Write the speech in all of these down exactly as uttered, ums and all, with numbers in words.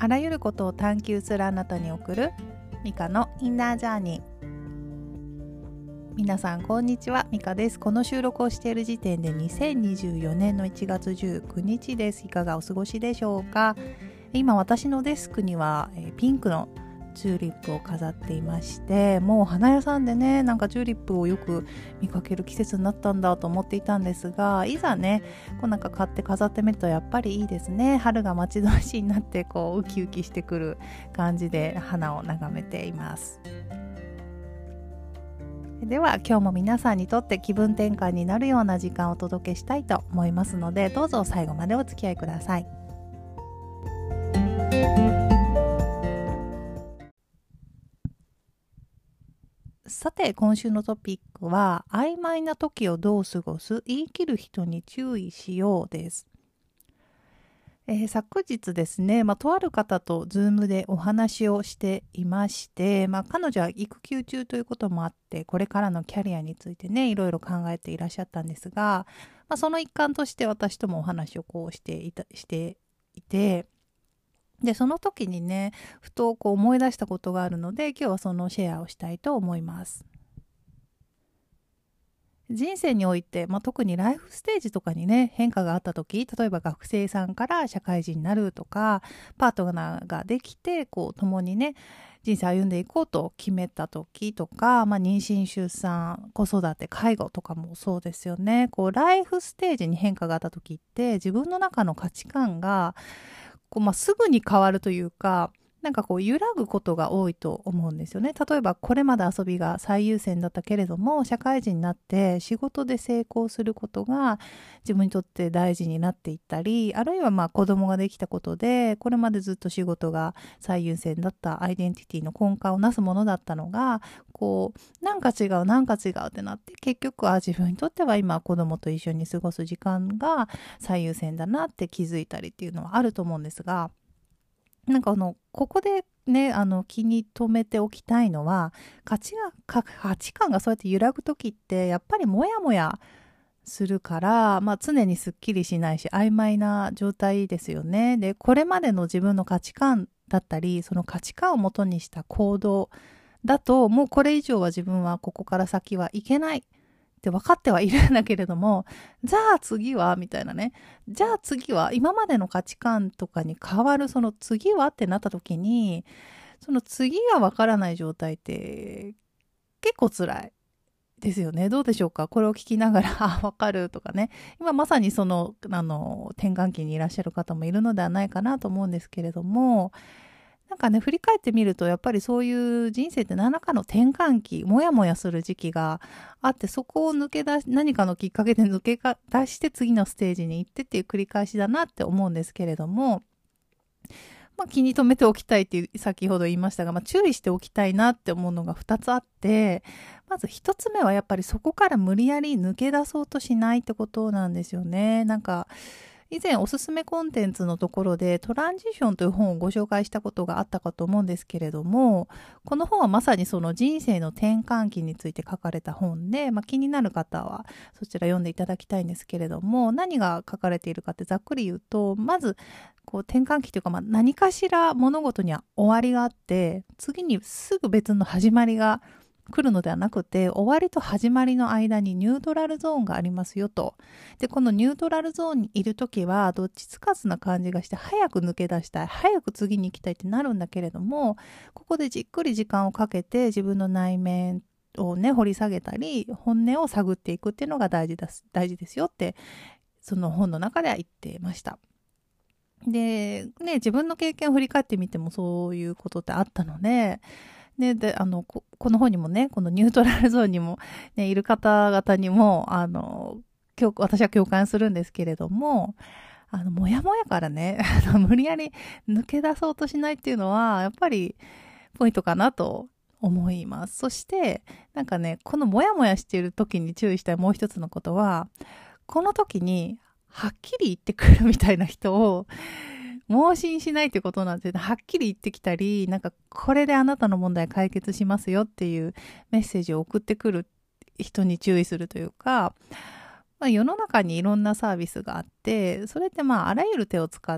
あらゆることを探求するあなたに送るミカのインナージャーニー。皆さんこんにちは、ミカです。この収録をしている時点でにせんにじゅうよねんのいちがつじゅうくにちです。いかがお過ごしでしょうか。今私のデスクにはピンクのチューリップを飾っていまして、もう花屋さんでね、なんかチューリップをよく見かける季節になったんだと思っていたんですが、いざねこうなんか買って飾ってみるとやっぱりいいですね。春が待ち遠しいになってこうウキウキしてくる感じで花を眺めています。では今日も皆さんにとって気分転換になるような時間をお届けしたいと思いますので、どうぞ最後までお付き合いください。さて今週のトピックは、曖昧な時をどう過ごす、言い切る人に注意しようです。えー、昨日ですね、まあ、とある方とズームでお話をしていまして、まあ、彼女は育休中ということもあってこれからのキャリアについてねいろいろ考えていらっしゃったんですが、まあ、その一環として私ともお話をこうしていたしていて、でその時にねふとこう思い出したことがあるので、今日はそのシェアをしたいと思います。人生において、まあ、特にライフステージとかにね変化があった時、例えば学生さんから社会人になるとか、パートナーができてこう共にね人生歩んでいこうと決めた時とか、まあ、妊娠出産子育て介護とかもそうですよね。こうライフステージに変化があった時って自分の中の価値観がこう、まあ、すぐに変わるというか、なんかこう揺らぐことが多いと思うんですよね。例えばこれまで遊びが最優先だったけれども、社会人になって仕事で成功することが自分にとって大事になっていったり、あるいはまあ子供ができたことで、これまでずっと仕事が最優先だったアイデンティティの根幹をなすものだったのが、こうなんか違うなんか違うってなって、結局は自分にとっては今子供と一緒に過ごす時間が最優先だなって気づいたりっていうのはあると思うんですが、なんかあのここでねあの気に留めておきたいのは、価値が価値観がそうやって揺らぐ時ってやっぱりモヤモヤするから、まあ、常にすっきりしないし曖昧な状態ですよね。でこれまでの自分の価値観だったり、その価値観をもとにした行動だと、もうこれ以上は自分はここから先はいけないって分かってはいるんだけれども、じゃあ次はみたいなね、じゃあ次は今までの価値観とかに変わるその次はってなった時に、その次が分からない状態って結構辛いですよね。どうでしょうか。これを聞きながらあ分かるとかね、今まさにそのあの転換期にいらっしゃる方もいるのではないかなと思うんですけれども、なんかね振り返ってみるとやっぱりそういう人生って何らかの転換期、もやもやする時期があって、そこを抜け出し何かのきっかけで抜け出して次のステージに行ってっていう繰り返しだなって思うんですけれども、まあ、気に留めておきたいっていう先ほど言いましたが、まあ、注意しておきたいなって思うのがふたつあって、まずひとつめはやっぱりそこから無理やり抜け出そうとしないってことなんですよね。なんか以前おすすめコンテンツのところでトランジションという本をご紹介したことがあったかと思うんですけれども、この本はまさにその人生の転換期について書かれた本で、まあ、気になる方はそちら読んでいただきたいんですけれども、何が書かれているかってざっくり言うと、まずこう転換期というか、まあ、何かしら物事には終わりがあって、次にすぐ別の始まりが来るのではなくて、終わりと始まりの間にニュートラルゾーンがありますよと。でこのニュートラルゾーンにいるときはどっちつかずな感じがして、早く抜け出したい、早く次に行きたいってなるんだけれども、ここでじっくり時間をかけて自分の内面をね掘り下げたり、本音を探っていくっていうのが大事です、大事ですよってその本の中では言ってました。でね、自分の経験を振り返ってみてもそういうことってあったので、ね、であの こ, この本にもね、このニュートラルゾーンにも、ね、いる方々にもあの私は共感するんですけれども、あのもやもやからね無理やり抜け出そうとしないっていうのはやっぱりポイントかなと思います。そしてなんかね、このもやもやしている時に注意したいもう一つのことは、この時にはっきり言ってくるみたいな人を盲信しないってことなんですよね。はっきり言ってきたり、なんかこれであなたの問題解決しますよっていうメッセージを送ってくる人に注意するというか、 まあ、世の中にいろんなサービスがあって、それってまああらゆる手を使って、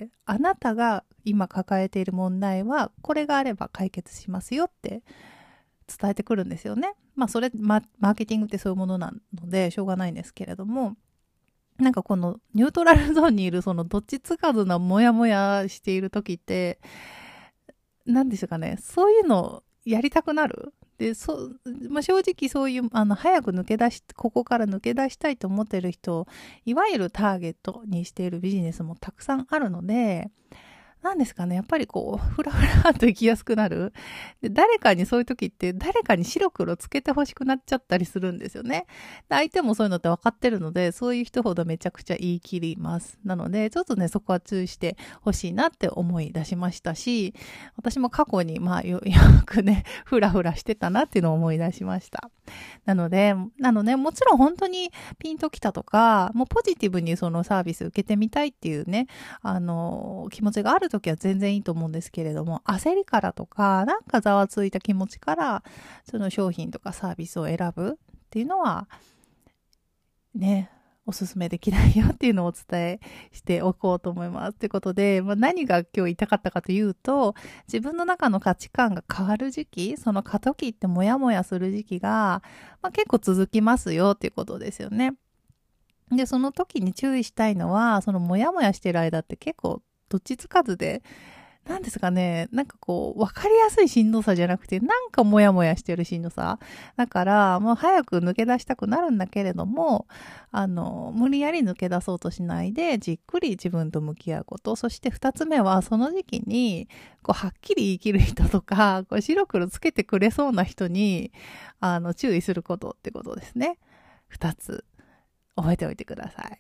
あなたが今抱えている問題はこれがあれば解決しますよって伝えてくるんですよね。まあそれマ、マーケティングってそういうものなのでしょうがないんですけれども、なんかこのニュートラルゾーンにいるそのどっちつかずなモヤモヤしている時って、何でしょうかね、そういうのやりたくなる。で、そ、まあ、正直そういう、あの、早く抜け出し、ここから抜け出したいと思っている人を、いわゆるターゲットにしているビジネスもたくさんあるので、なんですかね、やっぱりこう、ふらふらっと行きやすくなる。で、誰かにそういう時って、誰かに白黒つけて欲しくなっちゃったりするんですよね。で、相手もそういうのって分かってるので、そういう人ほどめちゃくちゃ言い切ります。なので、ちょっとね、そこは注意してほしいなって思い出しましたし、私も過去に、まあ、よ、よくね、ふらふらしてたなっていうのを思い出しました。なので、なのね、もちろん本当にピンときたとか、もうポジティブにそのサービス受けてみたいっていうね、あの、気持ちがあるときは全然いいと思うんですけれども、焦りからとか、なんかざわついた気持ちから、その商品とかサービスを選ぶっていうのは、ね、おすすめできないよっていうのをお伝えしておこうと思います。ということで、まあ、何が今日言いたかったかというと、自分の中の価値観が変わる時期、その過渡期ってモヤモヤする時期が、まあ、結構続きますよっていうことですよね。で、その時に注意したいのは、そのモヤモヤしてる間って結構どっちつかずで、なんですかね、なんかこう、わかりやすいしんどさじゃなくて、なんかモヤモヤしてるしんどさ。だから、もう早く抜け出したくなるんだけれども、あの、無理やり抜け出そうとしないで、じっくり自分と向き合うこと。そして二つ目は、その時期に、こう、はっきり言い切る人とか、こう白黒つけてくれそうな人に、あの、注意することってことですね。二つ、覚えておいてください。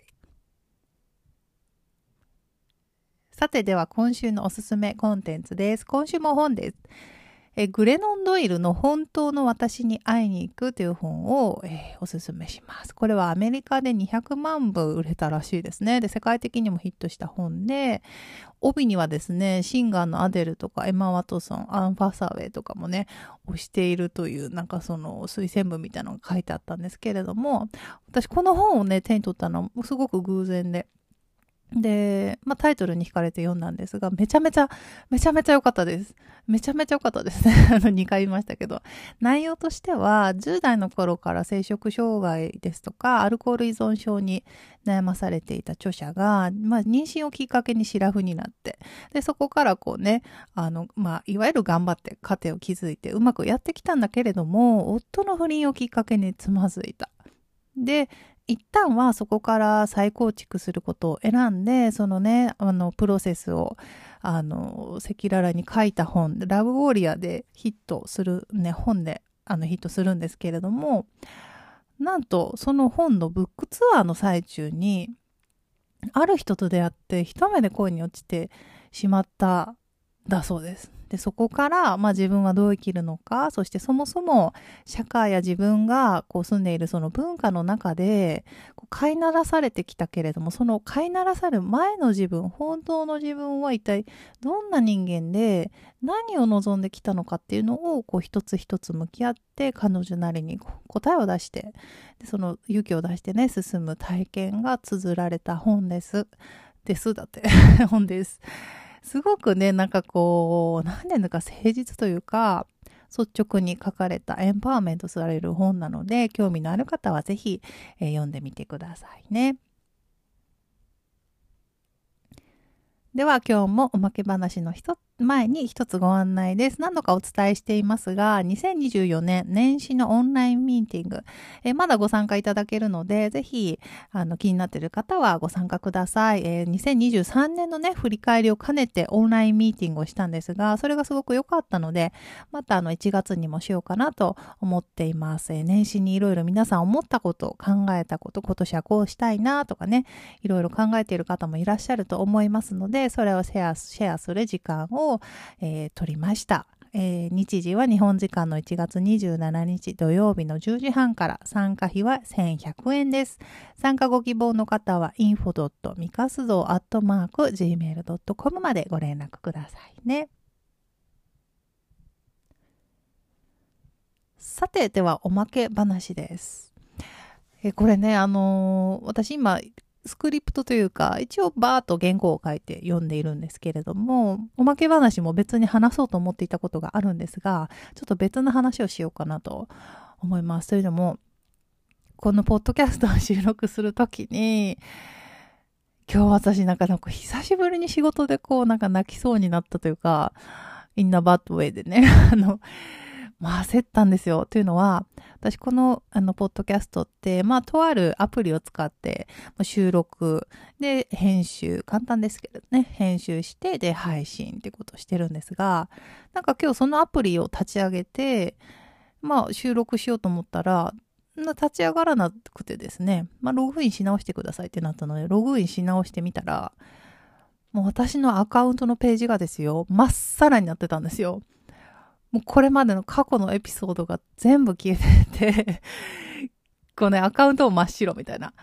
さて、では今週のおすすめコンテンツです。今週も本です。えグレノン・ドイルの本当の私に会いに行くという本を、えー、おすすめします。これはアメリカでにひゃくまんぶ売れたらしいですね。で、世界的にもヒットした本で、帯にはですね、シンガーのアデルとかエマ・ワトソン、アン・ファサウェイとかもね、推しているという、なんかその推薦文みたいなのが書いてあったんですけれども、私この本をね、手に取ったのはすごく偶然で、で、まあ、タイトルに惹かれて読んだんですが、めちゃめちゃ、めちゃめちゃ良かったです。めちゃめちゃ良かったですね。あの、にかい言いましたけど。内容としては、じゅう代の頃から摂食障害ですとか、アルコール依存症に悩まされていた著者が、まあ、妊娠をきっかけにシラフになって、で、そこからこうね、あの、まあ、いわゆる頑張って家庭を築いてうまくやってきたんだけれども、夫の不倫をきっかけにつまずいた。で、一旦はそこから再構築することを選んで、そのね、あの、プロセスを、あの、赤裸々に書いた本、ラブウォーリアでヒットする、ね、本で、あの、ヒットするんですけれども、なんと、その本のブックツアーの最中に、ある人と出会って、一目で恋に落ちてしまっただそうです。で、そこから、まあ自分はどう生きるのか、そしてそもそも社会や自分がこう住んでいるその文化の中で、こう飼いならされてきたけれども、その飼いならされる前の自分、本当の自分は一体どんな人間で何を望んできたのかっていうのをこう一つ一つ向き合って、彼女なりに答えを出して、でその勇気を出してね、進む体験が綴られた本です。です、だって。本です。すごくね、なんかこう、なんていうのか誠実というか、率直に書かれたエンパワーメントされる本なので、興味のある方はぜひ、えー、読んでみてくださいね。では今日もおまけ話の一前に一つご案内です。何度かお伝えしていますが、にせんにじゅうよねん年始のオンラインミーティング、えー、まだご参加いただけるので、ぜひあの気になっている方はご参加ください。えー、にせんにじゅうさんねんのね、振り返りを兼ねてオンラインミーティングをしたんですが、それがすごく良かったので、またあのいちがつにもしようかなと思っています。えー、年始にいろいろ皆さん思ったこと、考えたこと、今年はこうしたいなとかね、いろいろ考えている方もいらっしゃると思いますので、それをシェア、シェアする時間を、えー、取りました。えー、日時は日本時間のいちがつにじゅうしちにち土曜日のじゅうじはんから、参加費はせんひゃくえんです。参加ご希望の方は インフォドットミカスゾーアットマークジーメールドットコム までご連絡くださいね。さて、ではおまけ話です。 えこれね、あのー私今、スクリプトというか、一応バーッと原稿を書いて読んでいるんですけれども、おまけ話も別に話そうと思っていたことがあるんですが、ちょっと別の話をしようかなと思います。というのも、このポッドキャストを収録するときに、今日私なんかなんか久しぶりに仕事でこうなんか泣きそうになったというか、インナバッドウェイでね、あの、まあ焦ったんですよ。というのは、私この、あの、ポッドキャストって、まあ、とあるアプリを使って、収録で編集、簡単ですけどね、編集して、で、配信ってことをしてるんですが、なんか今日そのアプリを立ち上げて、まあ、収録しようと思ったら、立ち上がらなくてですね、まあ、ログインし直してくださいってなったので、ログインし直してみたら、もう私のアカウントのページがですよ、まっさらになってたんですよ。もうこれまでの過去のエピソードが全部消えててこうね、アカウントも真っ白みたいな。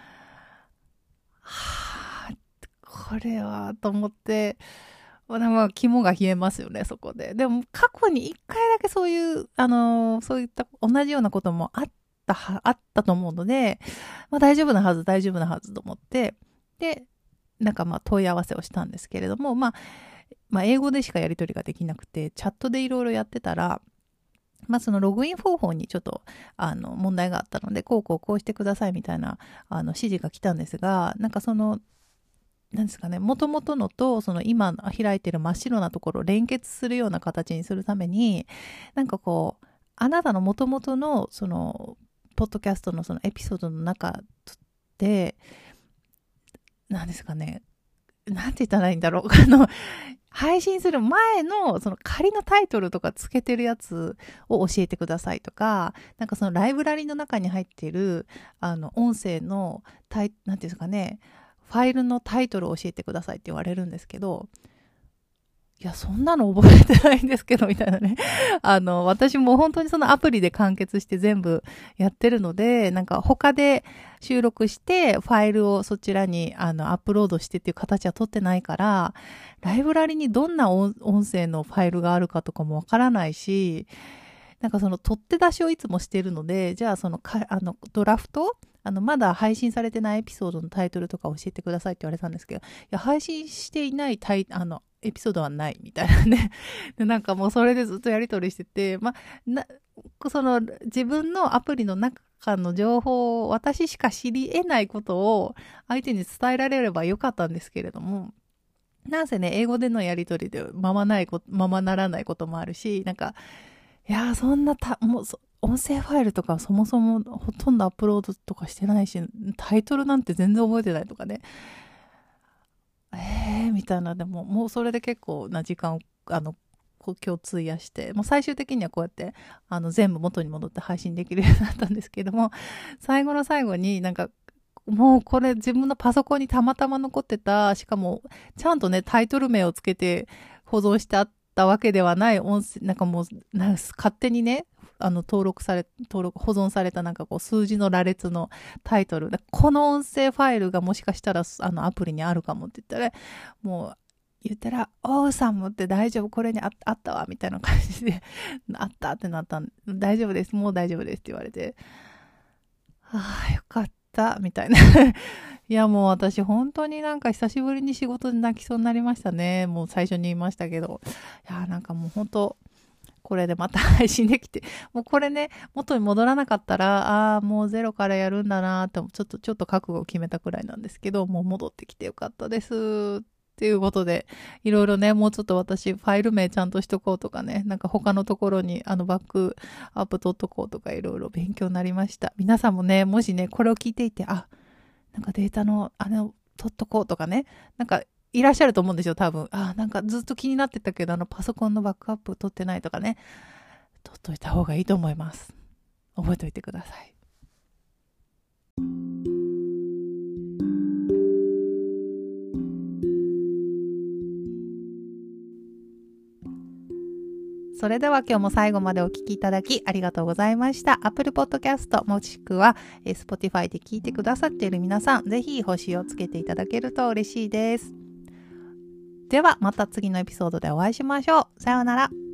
はぁ、これは、と思って、まあ、肝が冷えますよね、そこで。でも、過去に一回だけそういう、あのー、そういった同じようなこともあったは、あったと思うので、まあ大丈夫なはず、大丈夫なはずと思って、で、なんかまあ問い合わせをしたんですけれども、まあ、まあ、英語でしかやり取りができなくて、チャットでいろいろやってたら、まあ、そのログイン方法にちょっと、あの、問題があったので、こうこうこうしてくださいみたいな、あの、指示が来たんですが、なんかその、なんですかね、元々のと、その今開いてる真っ白なところを連結するような形にするために、なんかこう、あなたの元々の、その、ポッドキャストのそのエピソードの中で、なんですかね、なんて言ったらいいんだろう。あの、配信する前の、その仮のタイトルとかつけてるやつを教えてくださいとか、なんかそのライブラリの中に入っている、あの、音声のタイ、なんていうんですかね、ファイルのタイトルを教えてくださいって言われるんですけど、いや、そんなの覚えてないんですけど、みたいなね。あの、私も本当にそのアプリで完結して全部やってるので、なんか他で収録してファイルをそちらにあのアップロードしてっていう形は取ってないから、ライブラリにどんな音声のファイルがあるかとかもわからないし、なんかその取って出しをいつもしてるので、じゃあそのか、あの、ドラフトあの、まだ配信されてないエピソードのタイトルとか教えてくださいって言われたんですけど、いや、配信していないタイ、あの、エピソードはないみたいなね。で、なんかもうそれでずっとやり取りしてて、まあ、な、その自分のアプリの中の情報を私しか知り得ないことを相手に伝えられればよかったんですけれども、なんせね、英語でのやり取りでままないこと、ままならないこともあるし、なんか、いやー、そんなた、もう、音声ファイルとかそもそもほとんどアップロードとかしてないし、タイトルなんて全然覚えてないとかね。えー、みたいな、でも、もうそれで結構な時間を、あの、今日費やして、もう最終的にはこうやって、あの、全部元に戻って配信できるようになったんですけども、最後の最後になんか、もうこれ自分のパソコンにたまたま残ってた、しかも、ちゃんとね、タイトル名をつけて保存してあったわけではない音声、なんかもう、なんか勝手にね、あの、登録され、登録、保存されたなんかこう、数字の羅列のタイトル。この音声ファイルがもしかしたら、あの、アプリにあるかもって言ったら、もう、言ったら、おうさんもって大丈夫、これに あ, あったわ、みたいな感じで、あったってなったん、大丈夫です、もう大丈夫ですって言われて、はあ、よかった、みたいな。いや、もう私、本当になんか久しぶりに仕事で泣きそうになりましたね。もう最初に言いましたけど。いや、なんかもう本当、これでまた配信できて、もうこれね、元に戻らなかったら、ああ、もうゼロからやるんだなーって、ちょっと、ちょっと覚悟を決めたくらいなんですけど、もう戻ってきてよかったです。っていうことで、いろいろね、もうちょっと私、ファイル名ちゃんとしとこうとかね、なんか他のところにあのバックアップ取っとこうとかいろいろ勉強になりました。皆さんもね、もしね、これを聞いていて、あ、なんかデータのあれを取っとこうとかね、なんかいらっしゃると思うんですよ、多分。あ、なんかずっと気になってたけど、あのパソコンのバックアップ取ってないとかね、取っといた方がいいと思います。覚えておいてください。それでは今日も最後までお聞きいただきありがとうございました。Apple Podcast もしくは Spotify で聞いてくださっている皆さん、ぜひ星をつけていただけると嬉しいです。ではまた次のエピソードでお会いしましょう。さようなら。